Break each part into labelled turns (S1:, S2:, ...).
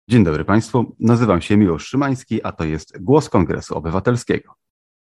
S1: Dzień dobry Państwu, nazywam się Miłosz Szymański, a to jest Głos Kongresu Obywatelskiego.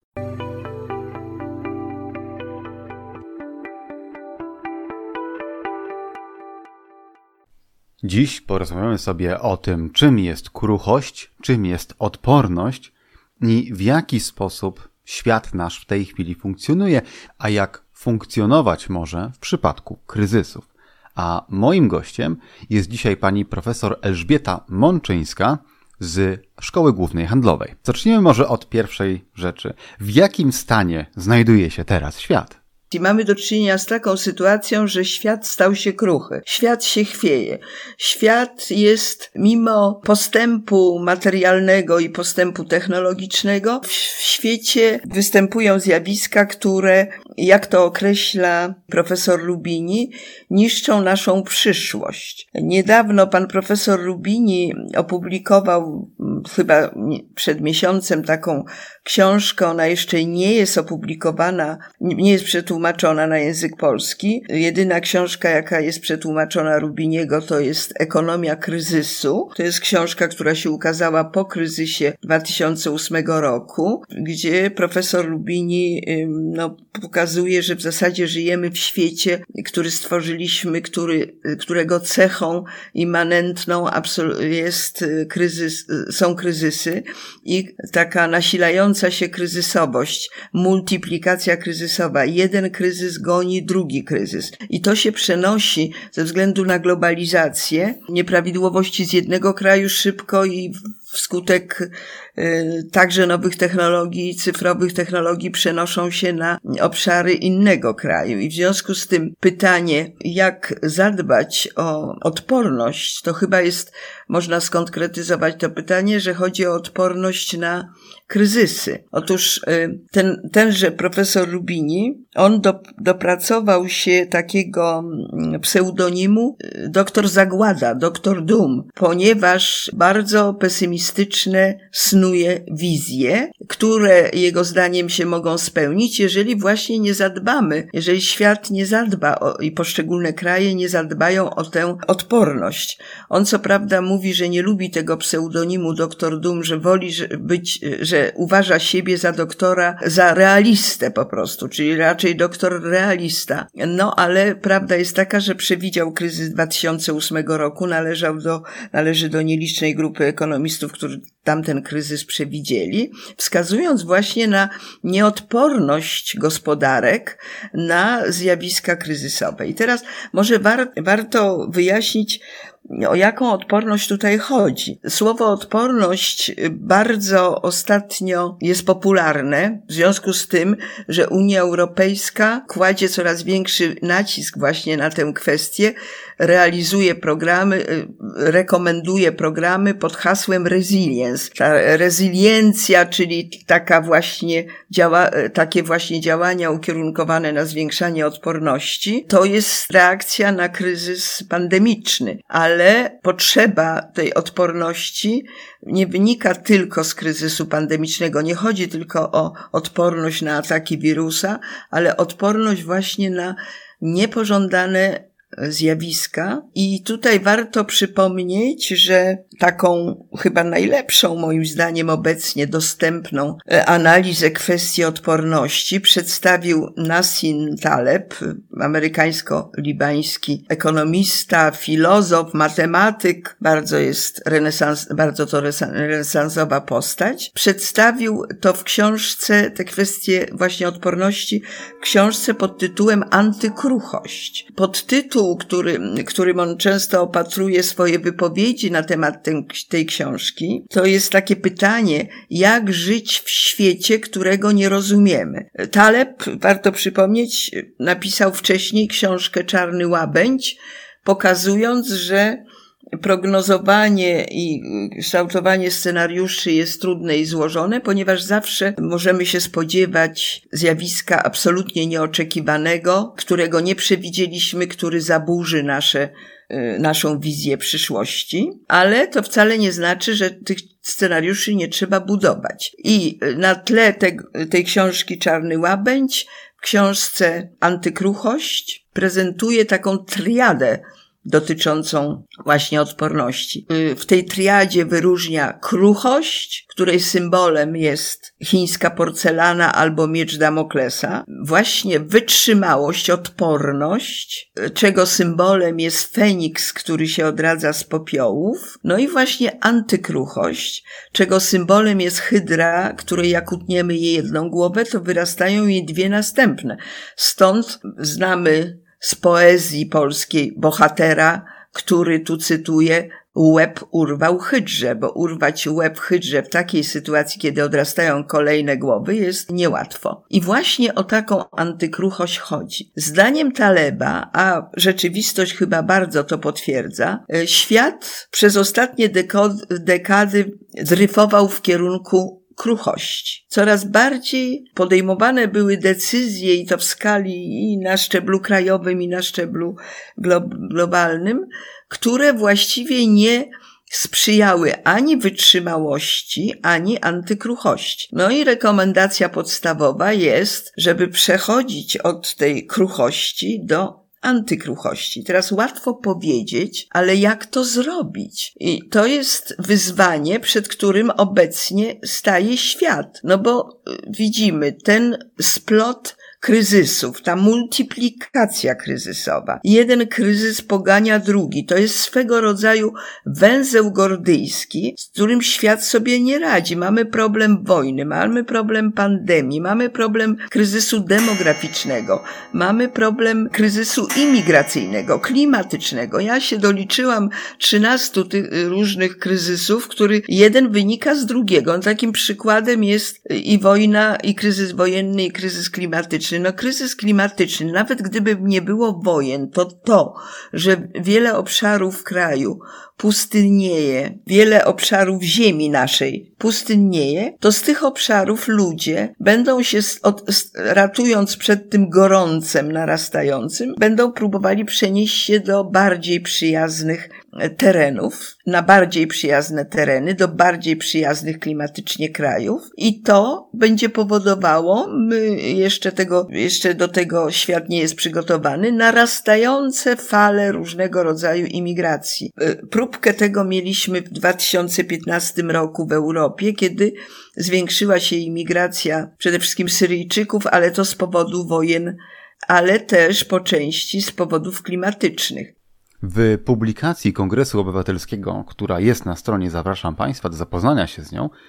S1: Dziś porozmawiamy sobie o tym, czym jest kruchość, czym jest odporność i w jaki sposób świat nasz w tej chwili funkcjonuje, a jak funkcjonować może w przypadku kryzysów. A moim gościem jest dzisiaj pani profesor Elżbieta Mączyńska z Szkoły Głównej Handlowej. Zacznijmy może od pierwszej rzeczy. W jakim stanie znajduje się teraz świat?
S2: I mamy do czynienia z taką sytuacją, że świat stał się kruchy. Świat się chwieje. Świat jest, mimo postępu materialnego i postępu technologicznego, w świecie występują zjawiska, które, jak to określa profesor Lubini, niszczą naszą przyszłość. Niedawno pan profesor Lubini opublikował, chyba przed miesiącem, taką książkę. Ona jeszcze nie jest opublikowana, nie jest przetłumaczona na język polski. Jedyna książka, jaka jest przetłumaczona Lubiniego, to jest Ekonomia kryzysu. To jest książka, która się ukazała po kryzysie 2008 roku, gdzie profesor Lubini pokazuje, że w zasadzie żyjemy w świecie, który stworzyliśmy, którego cechą immanentną jest kryzys, są kryzysy i taka nasilająca się kryzysowość, multiplikacja kryzysowa. Jeden kryzys goni drugi kryzys. I to się przenosi ze względu na globalizację, nieprawidłowości z jednego kraju szybko i wskutek także nowych technologii, cyfrowych technologii przenoszą się na obszary innego kraju. I w związku z tym pytanie, jak zadbać o odporność, to chyba jest, można skonkretyzować to pytanie, że chodzi o odporność na kryzysy. Otóż tenże profesor Lubini, on dopracował się takiego pseudonimu doktor Zagłada, doktor Doom, ponieważ bardzo pesymistyczne snuje wizje, które jego zdaniem się mogą spełnić, jeżeli właśnie nie zadbamy, jeżeli świat nie zadba i poszczególne kraje nie zadbają o tę odporność. On co prawda mówi, że nie lubi tego pseudonimu doktor Doom, że woli że uważa siebie za doktora, za realistę po prostu, czyli raczej doktor realista. No ale prawda jest taka, że przewidział kryzys 2008 roku, należy do nielicznej grupy ekonomistów, którzy tamten kryzys przewidzieli, wskazując właśnie na nieodporność gospodarek na zjawiska kryzysowe. I teraz może warto wyjaśnić, o jaką odporność tutaj chodzi. Słowo odporność bardzo ostatnio jest popularne w związku z tym, że Unia Europejska kładzie coraz większy nacisk właśnie na tę kwestię, realizuje programy, rekomenduje programy pod hasłem resilience. Ta rezyliencja, czyli takie właśnie działania ukierunkowane na zwiększanie odporności, to jest reakcja na kryzys pandemiczny, ale potrzeba tej odporności nie wynika tylko z kryzysu pandemicznego. Nie chodzi tylko o odporność na ataki wirusa, ale odporność właśnie na niepożądane zjawiska. I tutaj warto przypomnieć, że taką chyba najlepszą, moim zdaniem obecnie dostępną analizę kwestii odporności przedstawił Nassim Taleb, amerykańsko-libański ekonomista, filozof, matematyk, bardzo to renesansowa postać. Przedstawił to w książce, te kwestie właśnie odporności, w książce pod tytułem Antykruchość. Podtytuł, którym on często opatruje swoje wypowiedzi na temat tej książki, to jest takie pytanie, jak żyć w świecie, którego nie rozumiemy. Taleb, warto przypomnieć, napisał wcześniej książkę Czarny Łabędź, pokazując, że prognozowanie i kształtowanie scenariuszy jest trudne i złożone, ponieważ zawsze możemy się spodziewać zjawiska absolutnie nieoczekiwanego, którego nie przewidzieliśmy, który zaburzy naszą wizję przyszłości, ale to wcale nie znaczy, że tych scenariuszy nie trzeba budować. I na tle tej książki Czarny Łabędź w książce Antykruchość prezentuje taką triadę dotyczącą właśnie odporności. W tej triadzie wyróżnia kruchość, której symbolem jest chińska porcelana albo miecz Damoklesa, właśnie wytrzymałość, odporność, czego symbolem jest feniks, który się odradza z popiołów, no i właśnie antykruchość, czego symbolem jest hydra, której jak utniemy jej jedną głowę, to wyrastają jej dwie następne. Stąd znamy z poezji polskiej bohatera, który tu cytuję, łeb urwał hydrze, bo urwać łeb hydrze w takiej sytuacji, kiedy odrastają kolejne głowy, jest niełatwo. I właśnie o taką antykruchość chodzi. Zdaniem Taleba, a rzeczywistość chyba bardzo to potwierdza, świat przez ostatnie dekady dryfował w kierunku kruchości. Coraz bardziej podejmowane były decyzje i to w skali i na szczeblu krajowym i na szczeblu globalnym, które właściwie nie sprzyjały ani wytrzymałości, ani antykruchości. No i rekomendacja podstawowa jest, żeby przechodzić od tej kruchości do antykruchości. Teraz łatwo powiedzieć, ale jak to zrobić? I to jest wyzwanie, przed którym obecnie staje świat. No bo widzimy ten splot kryzysów, ta multiplikacja kryzysowa. Jeden kryzys pogania drugi. To jest swego rodzaju węzeł gordyjski, z którym świat sobie nie radzi. Mamy problem wojny, mamy problem pandemii, mamy problem kryzysu demograficznego, mamy problem kryzysu imigracyjnego, klimatycznego. Ja się doliczyłam 13 tych różnych kryzysów, który jeden wynika z drugiego. Takim przykładem jest i wojna, i kryzys wojenny, i kryzys klimatyczny. No kryzys klimatyczny, nawet gdyby nie było wojen, to, że wiele obszarów kraju pustynnieje, wiele obszarów ziemi naszej pustynnieje, to z tych obszarów ludzie będą się, ratując przed tym gorącem narastającym, będą próbowali przenieść się do bardziej przyjaznych terenów, na bardziej przyjazne tereny, do bardziej przyjaznych klimatycznie krajów i to będzie powodowało, jeszcze do tego świat nie jest przygotowany, narastające fale różnego rodzaju imigracji. Próbkę tego mieliśmy w 2015 roku w Europie, kiedy zwiększyła się imigracja przede wszystkim Syryjczyków, ale to z powodu wojen, ale też po części z powodów klimatycznych.
S1: W publikacji Kongresu Obywatelskiego, która jest na stronie, zapraszam Państwa do zapoznania się z nią,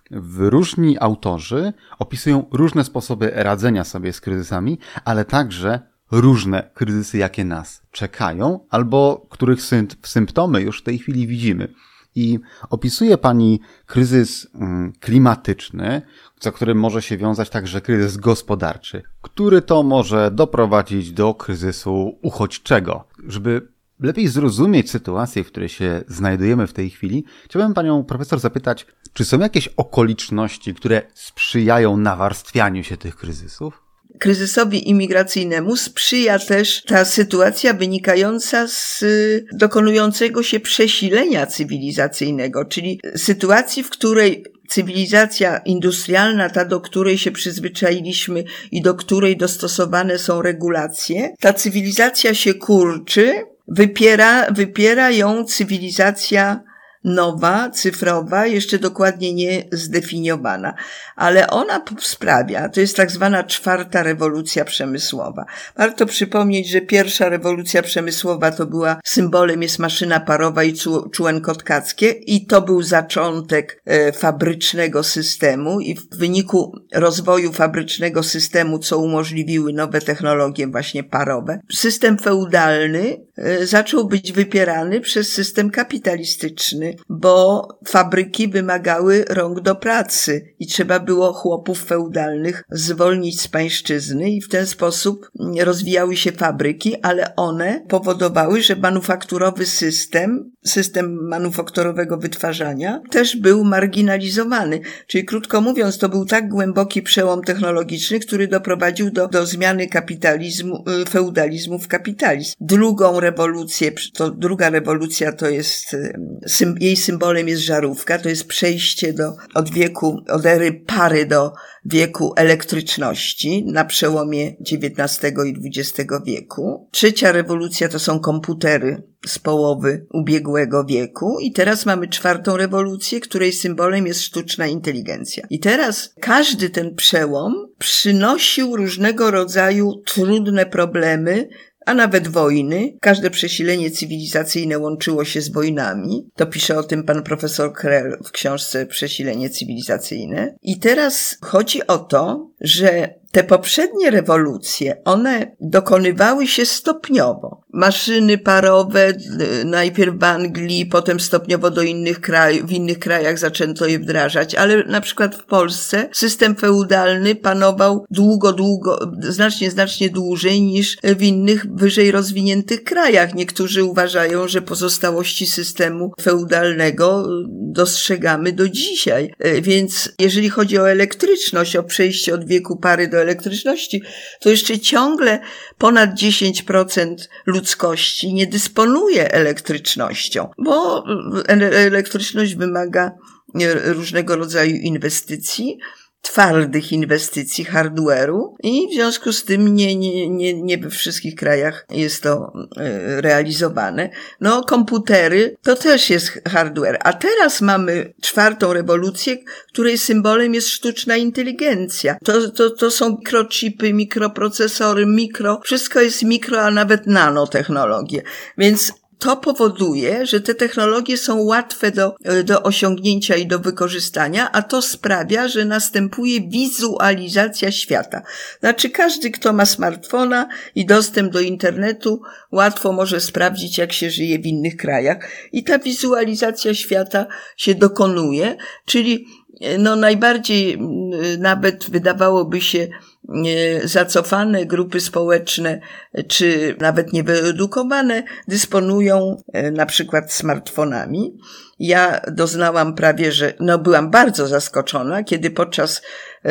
S1: różni autorzy opisują różne sposoby radzenia sobie z kryzysami, ale także różne kryzysy, jakie nas czekają, albo których symptomy już w tej chwili widzimy. I opisuje Pani kryzys klimatyczny, za którym może się wiązać także kryzys gospodarczy, który to może doprowadzić do kryzysu uchodźczego. Żeby lepiej zrozumieć sytuację, w której się znajdujemy w tej chwili, chciałbym Panią profesor zapytać, czy są jakieś okoliczności, które sprzyjają nawarstwianiu się tych kryzysów?
S2: Kryzysowi imigracyjnemu sprzyja też ta sytuacja wynikająca z dokonującego się przesilenia cywilizacyjnego, czyli sytuacji, w której cywilizacja industrialna, ta do której się przyzwyczailiśmy i do której dostosowane są regulacje, ta cywilizacja się kurczy, wypiera ją cywilizacja nowa, cyfrowa, jeszcze dokładnie nie zdefiniowana, ale ona sprawia, to jest tak zwana 4. rewolucja przemysłowa. Warto przypomnieć, że pierwsza rewolucja przemysłowa to była, symbolem jest maszyna parowa i czółenko tkackie i to był zaczątek fabrycznego systemu i w wyniku rozwoju fabrycznego systemu, co umożliwiły nowe technologie właśnie parowe, system feudalny zaczął być wypierany przez system kapitalistyczny, bo fabryki wymagały rąk do pracy i trzeba było chłopów feudalnych zwolnić z pańszczyzny i w ten sposób rozwijały się fabryki, ale one powodowały, że manufakturowy system manufakturowego wytwarzania też był marginalizowany. Czyli krótko mówiąc, to był tak głęboki przełom technologiczny, który doprowadził do zmiany feudalizmu w kapitalizm. Druga rewolucja to jest jej symbolem jest żarówka, to jest przejście od ery pary do wieku elektryczności na przełomie XIX i XX wieku. Trzecia rewolucja to są komputery z połowy ubiegłego wieku i teraz mamy czwartą rewolucję, której symbolem jest sztuczna inteligencja. I teraz każdy ten przełom przynosił różnego rodzaju trudne problemy, a nawet wojny. Każde przesilenie cywilizacyjne łączyło się z wojnami. To pisze o tym pan profesor Krell w książce Przesilenie cywilizacyjne. I teraz chodzi o to, że te poprzednie rewolucje, one dokonywały się stopniowo. Maszyny parowe, najpierw w Anglii, potem stopniowo do innych krajów, w innych krajach zaczęto je wdrażać, ale na przykład w Polsce system feudalny panował znacznie dłużej niż w innych wyżej rozwiniętych krajach. Niektórzy uważają, że pozostałości systemu feudalnego dostrzegamy do dzisiaj. Więc jeżeli chodzi o elektryczność, o przejście od wieku pary do elektryczności, to jeszcze ciągle ponad 10% ludzkości nie dysponuje elektrycznością, bo elektryczność wymaga różnego rodzaju inwestycji, twardych inwestycji hardware'u i w związku z tym nie we wszystkich krajach jest to realizowane. No, komputery to też jest hardware. A teraz mamy czwartą rewolucję, której symbolem jest sztuczna inteligencja. To są mikrochipy, mikroprocesory, wszystko jest mikro, a nawet nanotechnologie. Więc to powoduje, że te technologie są łatwe do osiągnięcia i do wykorzystania, a to sprawia, że następuje wizualizacja świata. Znaczy każdy, kto ma smartfona i dostęp do internetu, łatwo może sprawdzić, jak się żyje w innych krajach. I ta wizualizacja świata się dokonuje, czyli najbardziej nawet wydawałoby się zacofane grupy społeczne, czy nawet niewyedukowane, dysponują na przykład smartfonami. Ja doznałam byłam bardzo zaskoczona, kiedy podczas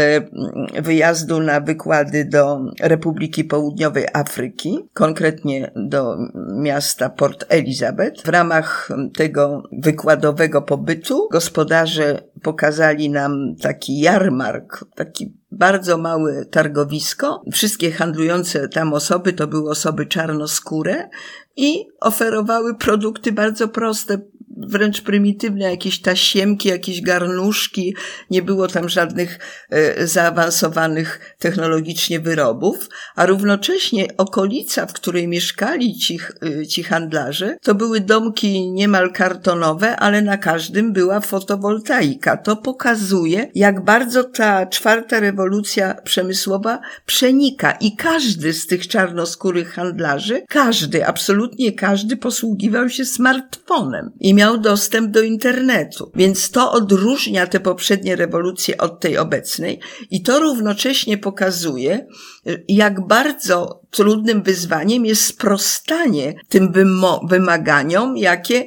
S2: wyjazdu na wykłady do Republiki Południowej Afryki, konkretnie do miasta Port Elizabeth, w ramach tego wykładowego pobytu gospodarze pokazali nam taki jarmark, taki bardzo małe targowisko. Wszystkie handlujące tam osoby to były osoby czarnoskóre i oferowały produkty bardzo proste, wręcz prymitywne, jakieś tasiemki, jakieś garnuszki, nie było tam żadnych zaawansowanych technologicznie wyrobów, a równocześnie okolica, w której mieszkali ci handlarze, to były domki niemal kartonowe, ale na każdym była fotowoltaika. To pokazuje, jak bardzo ta czwarta rewolucja przemysłowa przenika i każdy z tych czarnoskórych handlarzy, absolutnie każdy posługiwał się smartfonem i miał dostęp do internetu. Więc to odróżnia te poprzednie rewolucje od tej obecnej i to równocześnie pokazuje, jak bardzo trudnym wyzwaniem jest sprostanie tym wymaganiom, jakie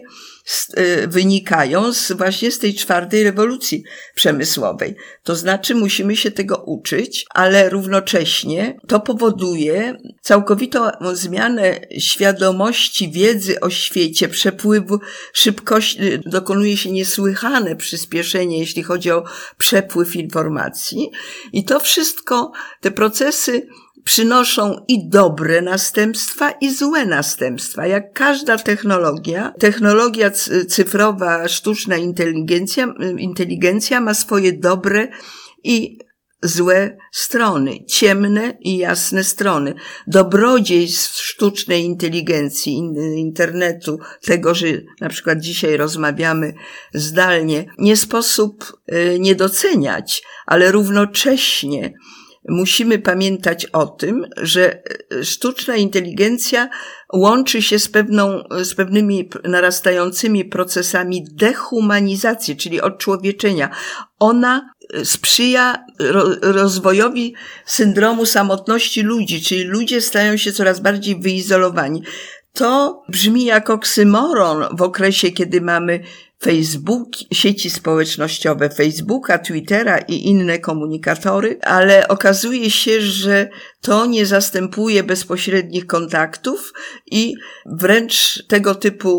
S2: wynikają właśnie z tej czwartej rewolucji przemysłowej. To znaczy musimy się tego uczyć, ale równocześnie to powoduje całkowitą zmianę świadomości, wiedzy o świecie, przepływu, szybkość, dokonuje się niesłychane przyspieszenie, jeśli chodzi o przepływ informacji i to wszystko, te procesy przynoszą i dobre następstwa, i złe następstwa. Jak każda technologia cyfrowa, sztuczna inteligencja ma swoje dobre i złe strony, ciemne i jasne strony. Dobrodziejstw sztucznej inteligencji, internetu, tego, że na przykład dzisiaj rozmawiamy zdalnie, nie sposób nie doceniać, ale równocześnie musimy pamiętać o tym, że sztuczna inteligencja łączy się z pewnymi narastającymi procesami dehumanizacji, czyli odczłowieczenia. Ona sprzyja rozwojowi syndromu samotności ludzi, czyli ludzie stają się coraz bardziej wyizolowani. To brzmi jak oksymoron w okresie, kiedy mamy Facebook, sieci społecznościowe, Facebooka, Twittera i inne komunikatory, ale okazuje się, że to nie zastępuje bezpośrednich kontaktów i wręcz tego typu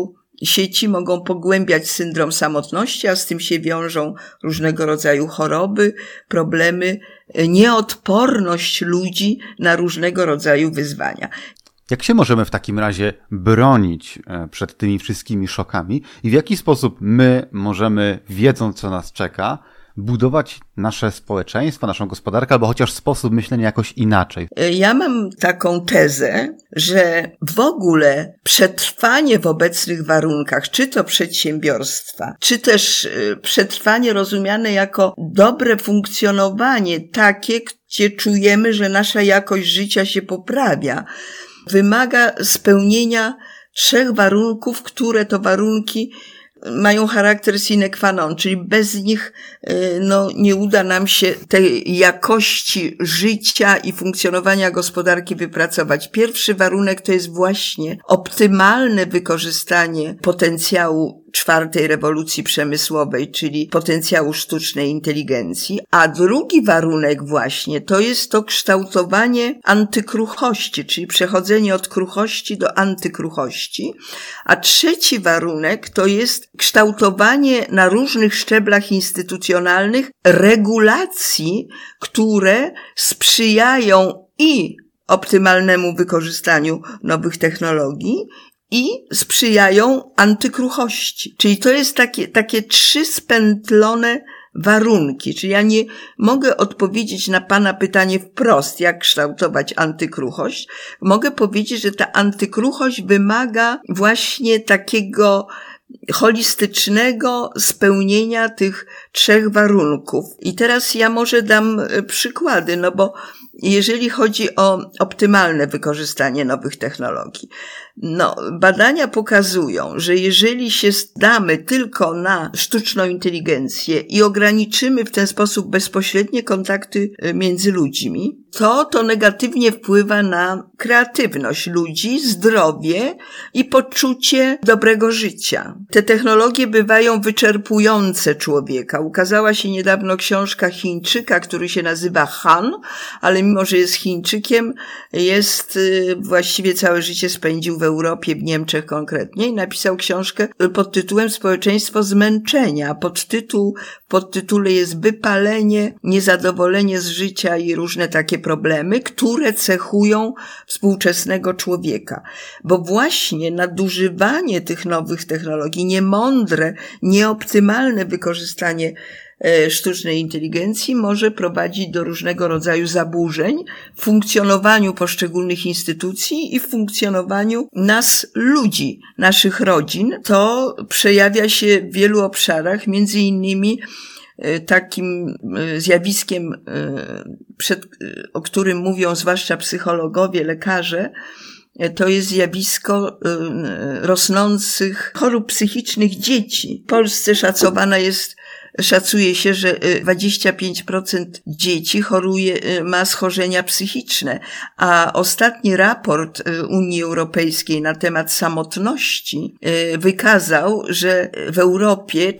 S2: sieci mogą pogłębiać syndrom samotności, a z tym się wiążą różnego rodzaju choroby, problemy, nieodporność ludzi na różnego rodzaju wyzwania.
S1: Jak się możemy w takim razie bronić przed tymi wszystkimi szokami i w jaki sposób my możemy, wiedząc co nas czeka, budować nasze społeczeństwo, naszą gospodarkę, albo chociaż sposób myślenia jakoś inaczej?
S2: Ja mam taką tezę, że w ogóle przetrwanie w obecnych warunkach, czy to przedsiębiorstwa, czy też przetrwanie rozumiane jako dobre funkcjonowanie takie, gdzie czujemy, że nasza jakość życia się poprawia, wymaga spełnienia 3 warunków, które to warunki mają charakter sine qua non, czyli bez nich nie uda nam się tej jakości życia i funkcjonowania gospodarki wypracować. Pierwszy warunek to jest właśnie optymalne wykorzystanie potencjału 4. rewolucji przemysłowej, czyli potencjału sztucznej inteligencji, a drugi warunek właśnie to jest to kształtowanie antykruchości, czyli przechodzenie od kruchości do antykruchości, a trzeci warunek to jest kształtowanie na różnych szczeblach instytucjonalnych regulacji, które sprzyjają i optymalnemu wykorzystaniu nowych technologii i sprzyjają antykruchości. Czyli to jest takie 3 spętlone warunki. Czyli ja nie mogę odpowiedzieć na Pana pytanie wprost, jak kształtować antykruchość. Mogę powiedzieć, że ta antykruchość wymaga właśnie takiego holistycznego spełnienia tych 3 warunków. I teraz ja może dam przykłady, bo jeżeli chodzi o optymalne wykorzystanie nowych technologii, badania pokazują, że jeżeli się zdamy tylko na sztuczną inteligencję i ograniczymy w ten sposób bezpośrednie kontakty między ludźmi, to negatywnie wpływa na kreatywność ludzi, zdrowie i poczucie dobrego życia. Te technologie bywają wyczerpujące człowieka. Ukazała się niedawno książka Chińczyka, który się nazywa Han, ale mimo, że jest Chińczykiem, właściwie całe życie spędził w Europie, w Niemczech konkretnie, i napisał książkę pod tytułem Społeczeństwo zmęczenia. Podtytule jest wypalenie, niezadowolenie z życia i różne takie problemy, które cechują współczesnego człowieka. Bo właśnie nadużywanie tych nowych technologii, niemądre, nieoptymalne wykorzystanie sztucznej inteligencji może prowadzić do różnego rodzaju zaburzeń w funkcjonowaniu poszczególnych instytucji i w funkcjonowaniu nas, ludzi, naszych rodzin. To przejawia się w wielu obszarach, między innymi takim zjawiskiem, o którym mówią zwłaszcza psychologowie, lekarze, to jest zjawisko rosnących chorób psychicznych dzieci. W Polsce szacuje się, że 25% dzieci ma schorzenia psychiczne, a ostatni raport Unii Europejskiej na temat samotności wykazał, że w Europie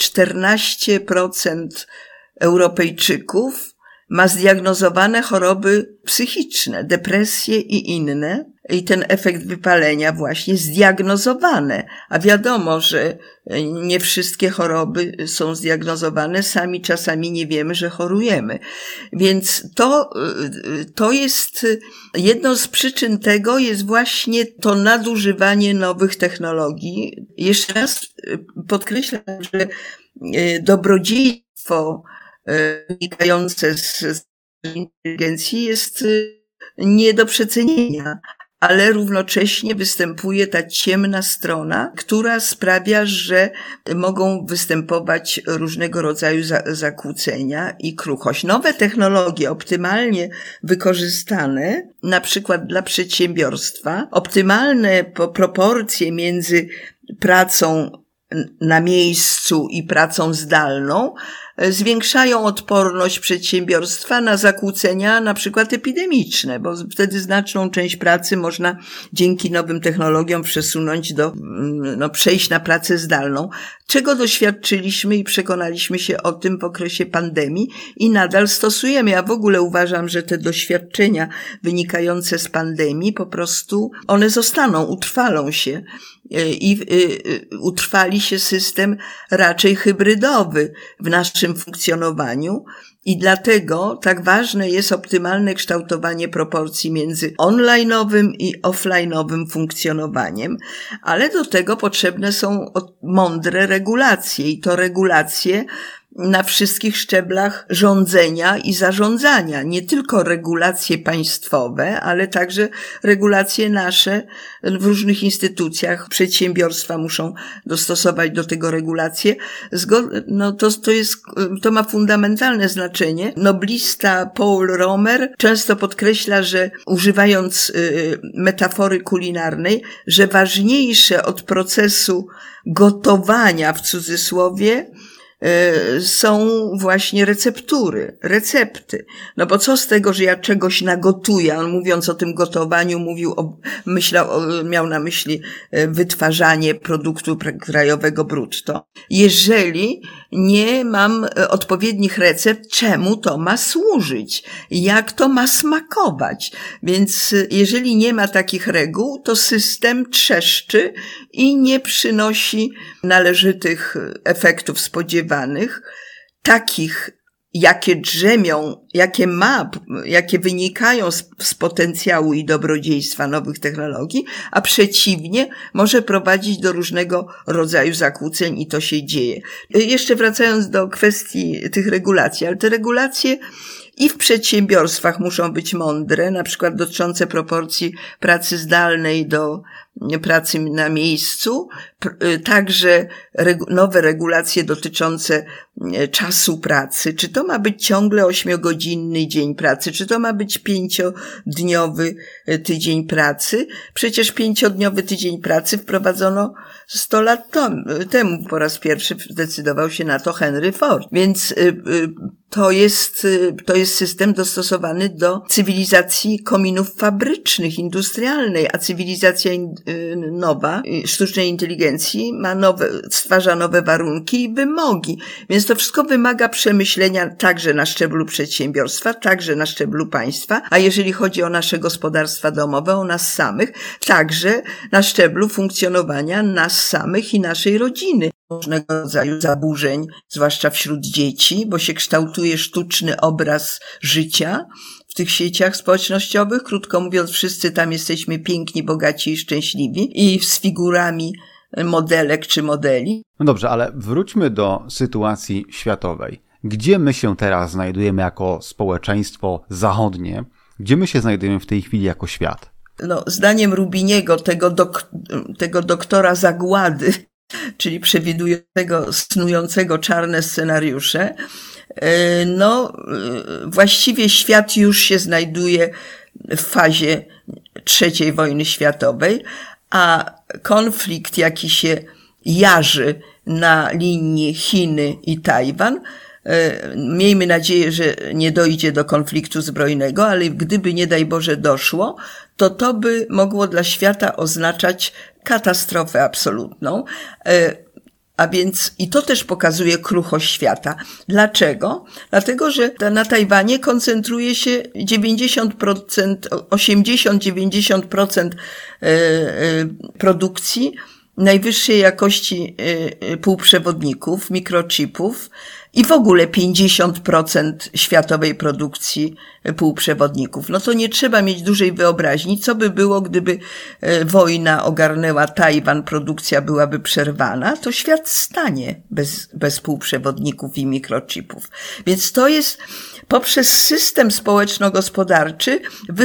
S2: 14% Europejczyków ma zdiagnozowane choroby psychiczne, depresje i inne. I ten efekt wypalenia właśnie zdiagnozowane. A wiadomo, że nie wszystkie choroby są zdiagnozowane, sami czasami nie wiemy, że chorujemy. Więc to jest jedną z przyczyn tego jest właśnie to nadużywanie nowych technologii. Jeszcze raz podkreślam, że dobrodziejstwo wynikające z inteligencji jest nie do przecenienia, ale równocześnie występuje ta ciemna strona, która sprawia, że mogą występować różnego rodzaju zakłócenia i kruchość. Nowe technologie optymalnie wykorzystane, na przykład dla przedsiębiorstwa, optymalne proporcje między pracą na miejscu i pracą zdalną zwiększają odporność przedsiębiorstwa na zakłócenia na przykład epidemiczne, bo wtedy znaczną część pracy można dzięki nowym technologiom przesunąć przejść na pracę zdalną, czego doświadczyliśmy i przekonaliśmy się o tym w okresie pandemii i nadal stosujemy. Ja w ogóle uważam, że te doświadczenia wynikające z pandemii po prostu one zostaną, utrwalą się i utrwali się system raczej hybrydowy w naszym funkcjonowaniu i dlatego tak ważne jest optymalne kształtowanie proporcji między online'owym i offline'owym funkcjonowaniem, ale do tego potrzebne są mądre regulacje i to regulacje na wszystkich szczeblach rządzenia i zarządzania. Nie tylko regulacje państwowe, ale także regulacje nasze w różnych instytucjach. Przedsiębiorstwa muszą dostosować do tego regulacje. To ma fundamentalne znaczenie. Noblista Paul Romer często podkreśla, że używając metafory kulinarnej, że ważniejsze od procesu gotowania w cudzysłowie są właśnie recepty. No bo co z tego, że ja czegoś nagotuję? On mówiąc o tym gotowaniu miał na myśli wytwarzanie produktu krajowego brutto. Jeżeli nie mam odpowiednich recept, czemu to ma służyć? Jak to ma smakować? Więc jeżeli nie ma takich reguł, to system trzeszczy i nie przynosi należytych efektów spodziewanych, takich, jakie drzemią, jakie wynikają z potencjału i dobrodziejstwa nowych technologii, a przeciwnie może prowadzić do różnego rodzaju zakłóceń i to się dzieje. Jeszcze wracając do kwestii tych regulacji, ale te regulacje i w przedsiębiorstwach muszą być mądre, na przykład dotyczące proporcji pracy zdalnej do pracy na miejscu, także nowe regulacje dotyczące czasu pracy. Czy to ma być ciągle 8-godzinny dzień pracy, czy to ma być 5-dniowy tydzień pracy? Przecież 5-dniowy tydzień pracy wprowadzono 100 lat temu. Po raz pierwszy zdecydował się na to Henry Ford. Więc to jest system dostosowany do cywilizacji kominów fabrycznych, industrialnej, a cywilizacja nowa, sztucznej inteligencji stwarza nowe warunki i wymogi. Więc to wszystko wymaga przemyślenia także na szczeblu przedsiębiorstwa, także na szczeblu państwa, a jeżeli chodzi o nasze gospodarstwa domowe, o nas samych, także na szczeblu funkcjonowania nas samych i naszej rodziny. Różnego rodzaju zaburzeń, zwłaszcza wśród dzieci, bo się kształtuje sztuczny obraz życia w tych sieciach społecznościowych. Krótko mówiąc, wszyscy tam jesteśmy piękni, bogaci i szczęśliwi i z figurami modelek czy modeli.
S1: No dobrze, ale wróćmy do sytuacji światowej. Gdzie my się teraz znajdujemy jako społeczeństwo zachodnie? Gdzie my się znajdujemy w tej chwili jako świat?
S2: Zdaniem Rubiniego, tego doktora zagłady, czyli przewidującego, snującego czarne scenariusze, właściwie świat już się znajduje w fazie III wojny światowej, a konflikt, jaki się jarzy na linii Chiny i Tajwan, miejmy nadzieję, że nie dojdzie do konfliktu zbrojnego, ale gdyby nie daj Boże doszło, to by mogło dla świata oznaczać katastrofę absolutną. A więc i to też pokazuje kruchość świata. Dlaczego? Dlatego, że na Tajwanie koncentruje się 80-90% produkcji najwyższej jakości półprzewodników, mikrochipów i w ogóle 50% światowej produkcji półprzewodników. To nie trzeba mieć dużej wyobraźni, co by było, gdyby wojna ogarnęła Tajwan, produkcja byłaby przerwana, to świat stanie bez półprzewodników i mikrochipów. Więc to jest, poprzez system społeczno-gospodarczy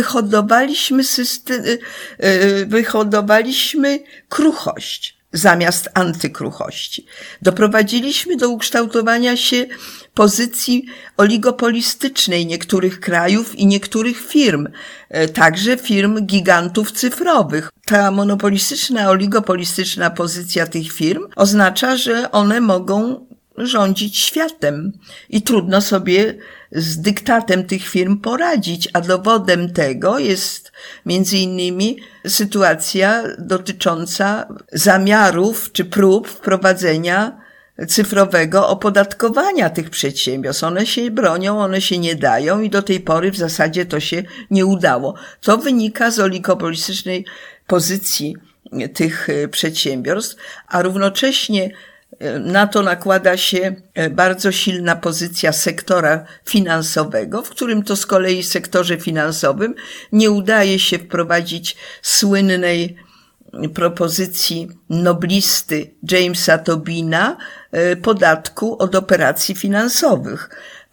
S2: wyhodowaliśmy kruchość zamiast antykruchości. Doprowadziliśmy do ukształtowania się pozycji oligopolistycznej niektórych krajów i niektórych firm, także firm gigantów cyfrowych. Ta monopolistyczna, oligopolistyczna pozycja tych firm oznacza, że one mogą rządzić światem i trudno sobie z dyktatem tych firm poradzić, a dowodem tego jest między innymi sytuacja dotycząca zamiarów czy prób wprowadzenia cyfrowego opodatkowania tych przedsiębiorstw. One się bronią, one się nie dają i do tej pory w zasadzie to się nie udało. To wynika z oligopolistycznej pozycji tych przedsiębiorstw, a równocześnie na to nakłada się bardzo silna pozycja sektora finansowego, w którym to z kolei sektorze finansowym nie udaje się wprowadzić słynnej propozycji noblisty Jamesa Tobina podatku od operacji finansowych.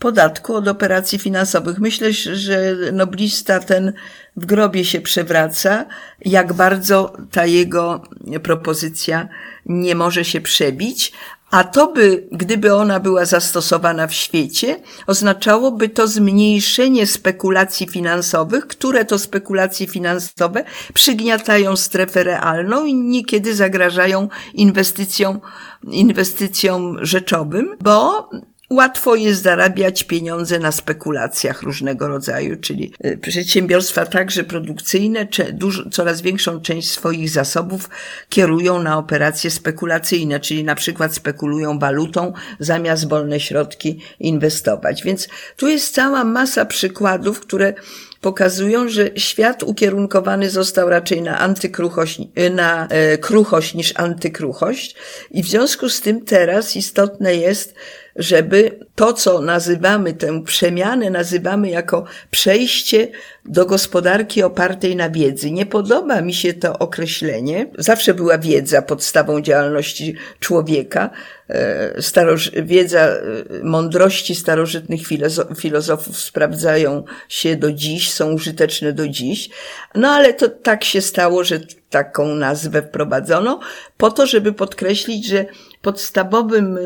S2: Myślę, że noblista ten w grobie się przewraca, jak bardzo ta jego propozycja nie może się przebić, a to by, gdyby ona była zastosowana w świecie, oznaczałoby to zmniejszenie spekulacji finansowych, które to spekulacje finansowe przygniatają strefę realną i niekiedy zagrażają inwestycjom rzeczowym, bo łatwo jest zarabiać pieniądze na spekulacjach różnego rodzaju, czyli przedsiębiorstwa także produkcyjne coraz większą część swoich zasobów kierują na operacje spekulacyjne, czyli na przykład spekulują walutą zamiast wolne środki inwestować. Więc tu jest cała masa przykładów, które pokazują, że świat ukierunkowany został raczej na kruchość niż antykruchość i w związku z tym teraz istotne jest, żeby to, co nazywamy, tę przemianę nazywamy jako przejście do gospodarki opartej na wiedzy. Nie podoba mi się to określenie. Zawsze była wiedza podstawą działalności człowieka. Wiedza, mądrości starożytnych filozofów sprawdzają się do dziś, są użyteczne do dziś. No ale to tak się stało, że taką nazwę wprowadzono po to, żeby podkreślić, że podstawowym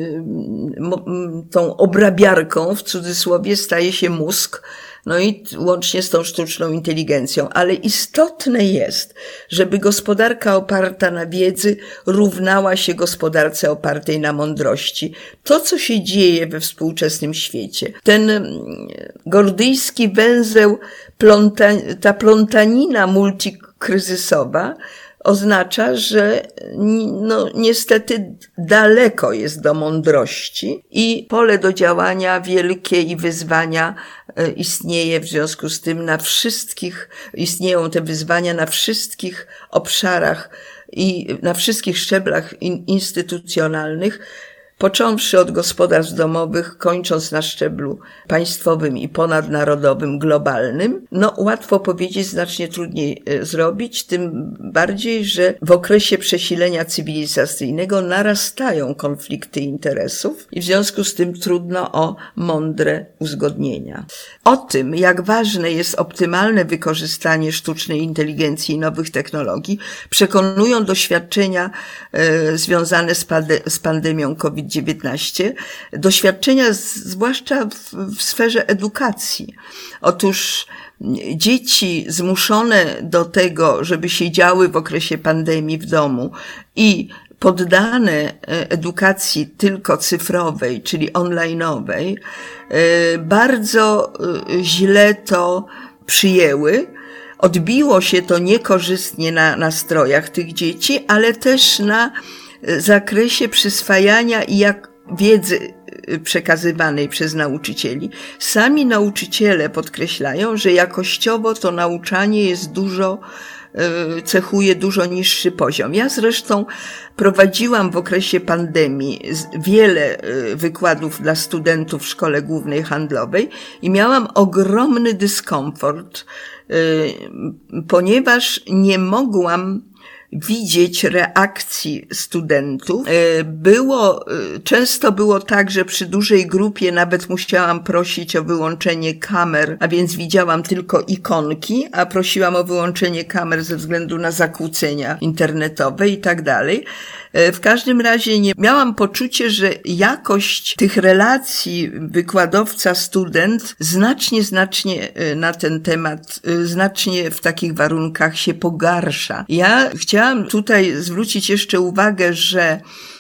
S2: tą obrabiarką w cudzysłowie staje się mózg, no i łącznie z tą sztuczną inteligencją. Ale istotne jest, żeby gospodarka oparta na wiedzy równała się gospodarce opartej na mądrości. To, co się dzieje we współczesnym świecie, ten gordyjski węzeł, ta plątanina multikryzysowa oznacza, że niestety daleko jest do mądrości i pole do działania wielkie i wyzwania istnieje w związku z tym istnieją te wyzwania na wszystkich obszarach i na wszystkich szczeblach instytucjonalnych, począwszy od gospodarstw domowych, kończąc na szczeblu państwowym i ponadnarodowym, globalnym. Łatwo powiedzieć, znacznie trudniej zrobić, tym bardziej, że w okresie przesilenia cywilizacyjnego narastają konflikty interesów i w związku z tym trudno o mądre uzgodnienia. O tym, jak ważne jest optymalne wykorzystanie sztucznej inteligencji i nowych technologii, przekonują doświadczenia związane z pandemią COVID-19, doświadczenia zwłaszcza w sferze edukacji. Otóż dzieci zmuszone do tego, żeby siedziały w okresie pandemii w domu i poddane edukacji tylko cyfrowej, czyli online'owej, bardzo źle to przyjęły. Odbiło się to niekorzystnie na nastrojach tych dzieci, ale też na zakresie przyswajania i wiedzy przekazywanej przez nauczycieli. Sami nauczyciele podkreślają, że jakościowo to nauczanie jest cechuje dużo niższy poziom. Ja zresztą prowadziłam w okresie pandemii wiele wykładów dla studentów w Szkole Głównej Handlowej i miałam ogromny dyskomfort, ponieważ nie mogłam widzieć reakcji studentów. Często było tak, że przy dużej grupie nawet musiałam prosić o wyłączenie kamer, a więc widziałam tylko ikonki, a prosiłam o wyłączenie kamer ze względu na zakłócenia internetowe i tak dalej. W każdym razie miałam poczucie, że jakość tych relacji wykładowca-student znacznie na ten temat, znacznie w takich warunkach się pogarsza. Ja chciałam tutaj zwrócić jeszcze uwagę, że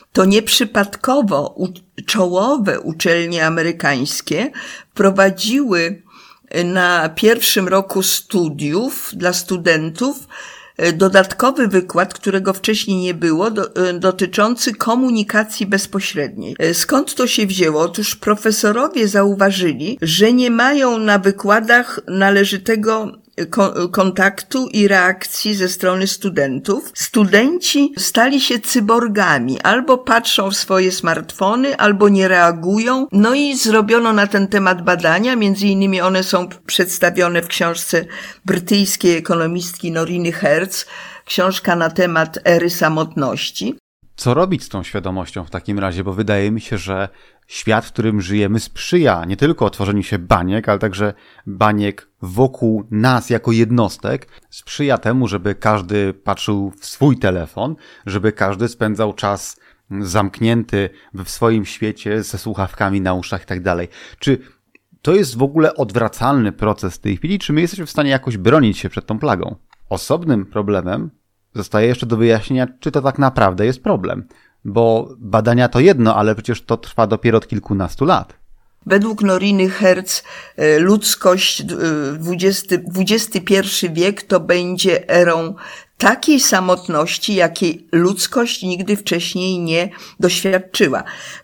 S2: to nieprzypadkowo czołowe uczelnie amerykańskie wprowadziły na pierwszym roku studiów dla studentów dodatkowy wykład, którego wcześniej nie było, dotyczący komunikacji bezpośredniej. Skąd to się wzięło? Otóż profesorowie zauważyli, że nie mają na wykładach należytego kontaktu i reakcji ze strony studentów. Studenci stali się cyborgami. Albo patrzą w swoje smartfony, albo nie reagują. No i zrobiono na ten temat badania. Między innymi one są przedstawione w książce brytyjskiej ekonomistki Noriny Hertz. Książka na temat ery samotności.
S1: Co robić z tą świadomością w takim razie? Bo wydaje mi się, że świat, w którym żyjemy, sprzyja nie tylko tworzeniu się baniek, ale także baniek wokół nas jako jednostek. Sprzyja temu, żeby każdy patrzył w swój telefon, żeby każdy spędzał czas zamknięty w swoim świecie ze słuchawkami na uszach i tak dalej. Czy to jest w ogóle odwracalny proces w tej chwili? Czy my jesteśmy w stanie jakoś bronić się przed tą plagą? Osobnym problemem zostaje jeszcze do wyjaśnienia, czy to tak naprawdę jest problem. Bo badania to jedno, ale przecież to trwa dopiero od kilkunastu lat.
S2: Według Noriny Hertz ludzkość, XXI wiek to będzie erą takiej samotności, jakiej ludzkość nigdy wcześniej nie doświadczyła.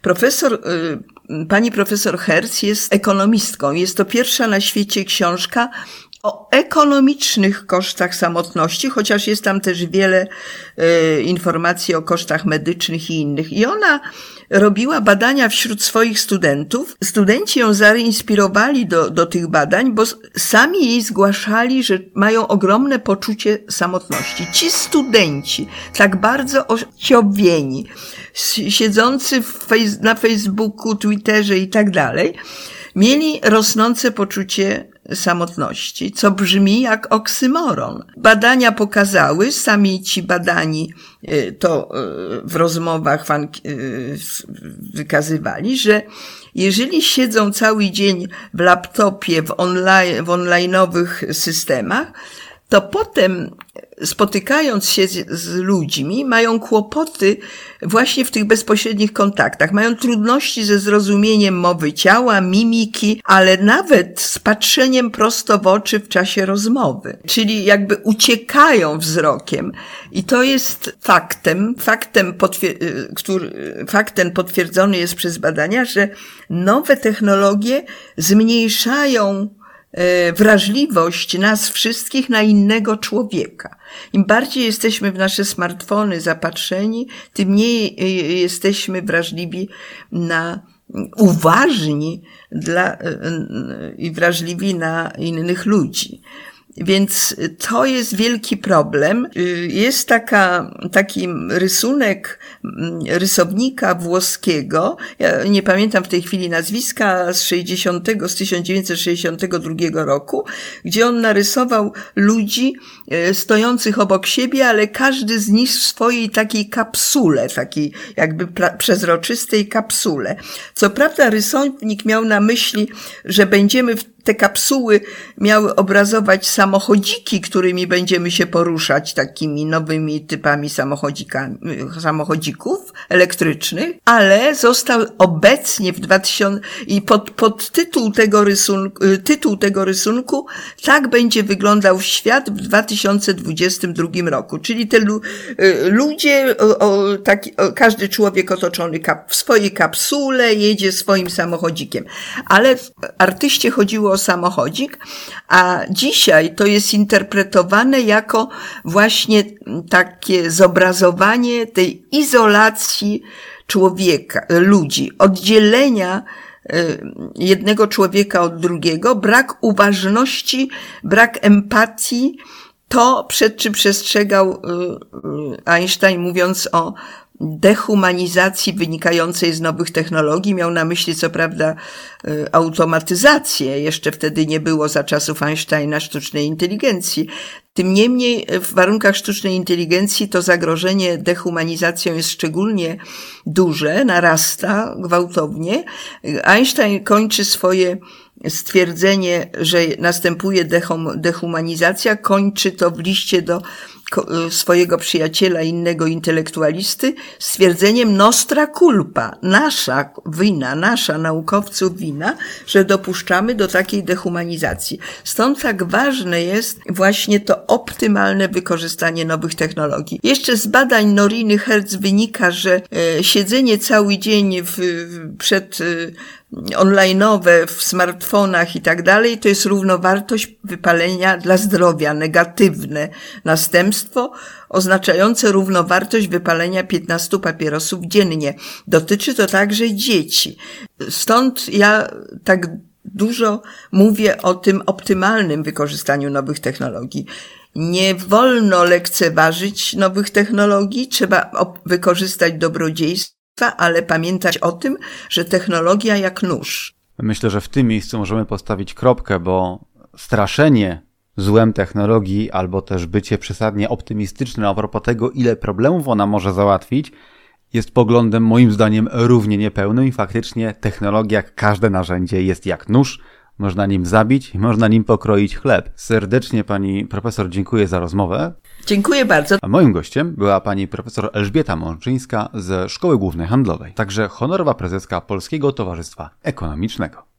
S2: Pani profesor Hertz jest ekonomistką. Jest to pierwsza na świecie książka o ekonomicznych kosztach samotności, chociaż jest tam też wiele informacji o kosztach medycznych i innych. I ona robiła badania wśród swoich studentów. Studenci ją zainspirowali do tych badań, bo sami jej zgłaszali, że mają ogromne poczucie samotności. Ci studenci, tak bardzo osiowieni, siedzący na Facebooku, Twitterze i tak dalej, mieli rosnące poczucie samotności, co brzmi jak oksymoron. Badania pokazały, sami ci badani to w rozmowach wykazywali, że jeżeli siedzą cały dzień w laptopie, w online'owych systemach, to potem spotykając się z ludźmi, mają kłopoty właśnie w tych bezpośrednich kontaktach. Mają trudności ze zrozumieniem mowy ciała, mimiki, ale nawet z patrzeniem prosto w oczy w czasie rozmowy. Czyli jakby uciekają wzrokiem. I to jest faktem potwierdzony jest przez badania, że nowe technologie zmniejszają wrażliwość nas wszystkich na innego człowieka. Im bardziej jesteśmy w nasze smartfony zapatrzeni, tym mniej jesteśmy wrażliwi uważni i wrażliwi na innych ludzi. Więc to jest wielki problem. Jest taki rysunek rysownika włoskiego, ja nie pamiętam w tej chwili nazwiska, z 1962 roku, gdzie on narysował ludzi stojących obok siebie, ale każdy z nich w swojej takiej kapsule, takiej jakby przezroczystej kapsule. Co prawda rysownik miał na myśli, że te kapsuły miały obrazować samochodziki, którymi będziemy się poruszać, takimi nowymi typami samochodzików elektrycznych, ale został obecnie w 2000 i tytuł tego rysunku tak będzie wyglądał świat w 2022 roku. Czyli te ludzie, każdy człowiek otoczony w swojej kapsule jedzie swoim samochodzikiem. Ale artyście chodziło o samochodzik, a dzisiaj to jest interpretowane jako właśnie takie zobrazowanie tej izolacji człowieka, ludzi, oddzielenia jednego człowieka od drugiego, brak uważności, brak empatii, to przed czym przestrzegał Einstein, mówiąc o dehumanizacji wynikającej z nowych technologii. Miał na myśli co prawda automatyzację. Jeszcze wtedy nie było za czasów Einsteina sztucznej inteligencji. Tym niemniej w warunkach sztucznej inteligencji to zagrożenie dehumanizacją jest szczególnie duże, narasta gwałtownie. Einstein kończy swoje stwierdzenie, że następuje dehumanizacja, kończy to w liście do swojego przyjaciela, innego intelektualisty, stwierdzeniem nostra culpa, nasza wina, nasza naukowców wina, że dopuszczamy do takiej dehumanizacji. Stąd tak ważne jest właśnie to optymalne wykorzystanie nowych technologii. Jeszcze z badań Noriny Hertz wynika, że siedzenie cały dzień przed online'owe w smartfonach i tak dalej, to jest równowartość wypalenia dla zdrowia, negatywne następstwo, oznaczające równowartość wypalenia 15 papierosów dziennie. Dotyczy to także dzieci. Stąd ja tak dużo mówię o tym optymalnym wykorzystaniu nowych technologii. Nie wolno lekceważyć nowych technologii, trzeba wykorzystać dobrodziejstwa, ale pamiętać o tym, że technologia jak nóż.
S1: Myślę, że w tym miejscu możemy postawić kropkę, bo straszenie złem technologii albo też bycie przesadnie optymistycznym a propos tego, ile problemów ona może załatwić, jest poglądem moim zdaniem równie niepełnym i faktycznie technologia, jak każde narzędzie, jest jak nóż. Można nim zabić i można nim pokroić chleb. Serdecznie pani profesor dziękuję za rozmowę.
S2: Dziękuję bardzo.
S1: A moim gościem była pani profesor Elżbieta Mączyńska ze Szkoły Głównej Handlowej, także honorowa prezeska Polskiego Towarzystwa Ekonomicznego.